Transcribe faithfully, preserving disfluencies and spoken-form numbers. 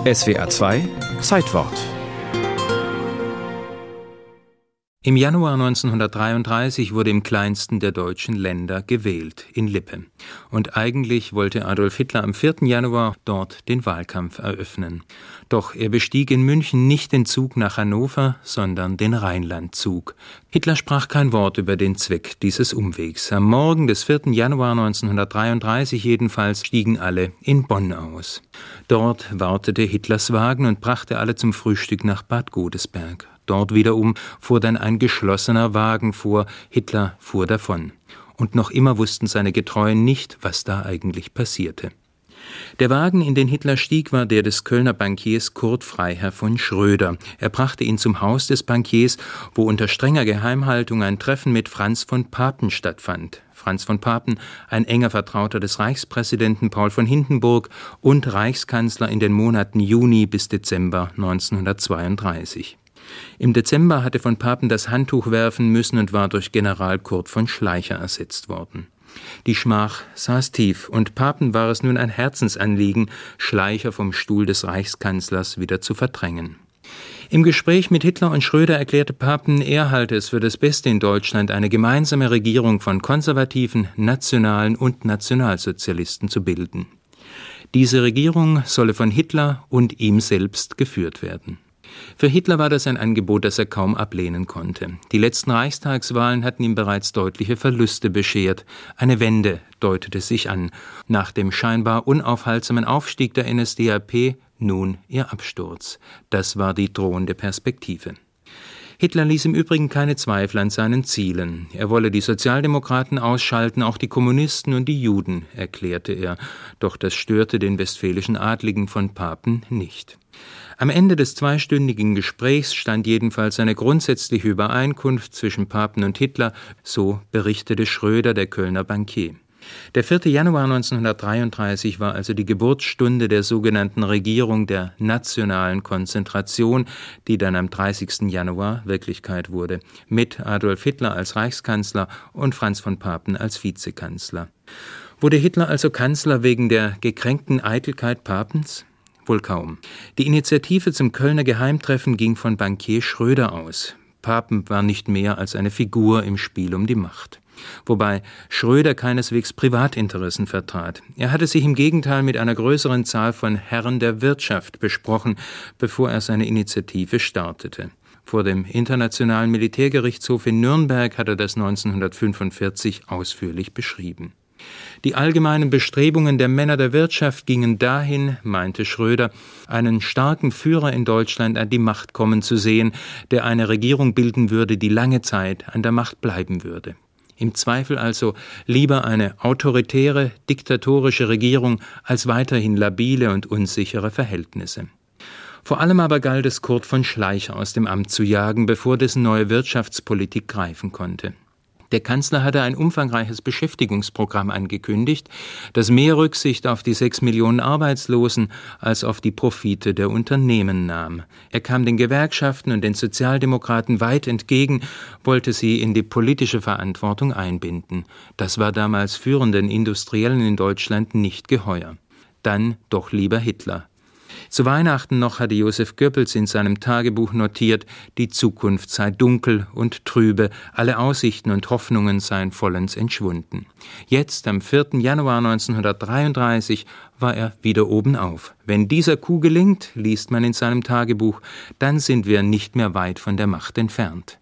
S W R zwei Zeitwort. Im Januar neunzehnhundertdreiunddreißig wurde im kleinsten der deutschen Länder gewählt, in Lippe. Und eigentlich wollte Adolf Hitler am vierten Januar dort den Wahlkampf eröffnen. Doch er bestieg in München nicht den Zug nach Hannover, sondern den Rheinlandzug. Hitler sprach kein Wort über den Zweck dieses Umwegs. Am Morgen des vierten Januar neunzehnhundertdreiunddreißig jedenfalls stiegen alle in Bonn aus. Dort wartete Hitlers Wagen und brachte alle zum Frühstück nach Bad Godesberg. Dort wiederum fuhr dann ein geschlossener Wagen vor, Hitler fuhr davon. Und noch immer wussten seine Getreuen nicht, was da eigentlich passierte. Der Wagen, in den Hitler stieg, war der des Kölner Bankiers Kurt Freiherr von Schröder. Er brachte ihn zum Haus des Bankiers, wo unter strenger Geheimhaltung ein Treffen mit Franz von Papen stattfand. Franz von Papen, ein enger Vertrauter des Reichspräsidenten Paul von Hindenburg und Reichskanzler in den Monaten Juni bis Dezember neunzehnhundertzweiunddreißig. Im Dezember hatte von Papen das Handtuch werfen müssen und war durch General Kurt von Schleicher ersetzt worden. Die Schmach saß tief, und Papen war es nun ein Herzensanliegen, Schleicher vom Stuhl des Reichskanzlers wieder zu verdrängen. Im Gespräch mit Hitler und Schröder erklärte Papen, er halte es für das Beste in Deutschland, eine gemeinsame Regierung von Konservativen, Nationalen und Nationalsozialisten zu bilden. Diese Regierung solle von Hitler und ihm selbst geführt werden. Für Hitler war das ein Angebot, das er kaum ablehnen konnte. Die letzten Reichstagswahlen hatten ihm bereits deutliche Verluste beschert. Eine Wende deutete sich an. Nach dem scheinbar unaufhaltsamen Aufstieg der N S D A P nun ihr Absturz. Das war die drohende Perspektive. Hitler ließ im Übrigen keine Zweifel an seinen Zielen. Er wolle die Sozialdemokraten ausschalten, auch die Kommunisten und die Juden, erklärte er. Doch das störte den westfälischen Adligen von Papen nicht. Am Ende des zweistündigen Gesprächs stand jedenfalls eine grundsätzliche Übereinkunft zwischen Papen und Hitler, so berichtete Schröder, der Kölner Bankier. Der vierte Januar neunzehnhundertdreiunddreißig war also die Geburtsstunde der sogenannten Regierung der nationalen Konzentration, die dann am dreißigsten Januar Wirklichkeit wurde, mit Adolf Hitler als Reichskanzler und Franz von Papen als Vizekanzler. Wurde Hitler also Kanzler wegen der gekränkten Eitelkeit Papens? Wohl kaum. Die Initiative zum Kölner Geheimtreffen ging von Bankier Schröder aus. Papen war nicht mehr als eine Figur im Spiel um die Macht. Wobei Schröder keineswegs Privatinteressen vertrat. Er hatte sich im Gegenteil mit einer größeren Zahl von Herren der Wirtschaft besprochen, bevor er seine Initiative startete. Vor dem Internationalen Militärgerichtshof in Nürnberg hat er das neunzehnhundertfünfundvierzig ausführlich beschrieben. Die allgemeinen Bestrebungen der Männer der Wirtschaft gingen dahin, meinte Schröder, einen starken Führer in Deutschland an die Macht kommen zu sehen, der eine Regierung bilden würde, die lange Zeit an der Macht bleiben würde. Im Zweifel also lieber eine autoritäre, diktatorische Regierung als weiterhin labile und unsichere Verhältnisse. Vor allem aber galt es, Kurt von Schleicher aus dem Amt zu jagen, bevor dessen neue Wirtschaftspolitik greifen konnte. Der Kanzler hatte ein umfangreiches Beschäftigungsprogramm angekündigt, das mehr Rücksicht auf die sechs Millionen Arbeitslosen als auf die Profite der Unternehmen nahm. Er kam den Gewerkschaften und den Sozialdemokraten weit entgegen, wollte sie in die politische Verantwortung einbinden. Das war damals führenden Industriellen in Deutschland nicht geheuer. Dann doch lieber Hitler. Zu Weihnachten noch hatte Joseph Goebbels in seinem Tagebuch notiert, die Zukunft sei dunkel und trübe, alle Aussichten und Hoffnungen seien vollends entschwunden. Jetzt, am vierten Januar neunzehnhundertdreiunddreißig, war er wieder obenauf. Wenn dieser Coup gelingt, liest man in seinem Tagebuch, dann sind wir nicht mehr weit von der Macht entfernt.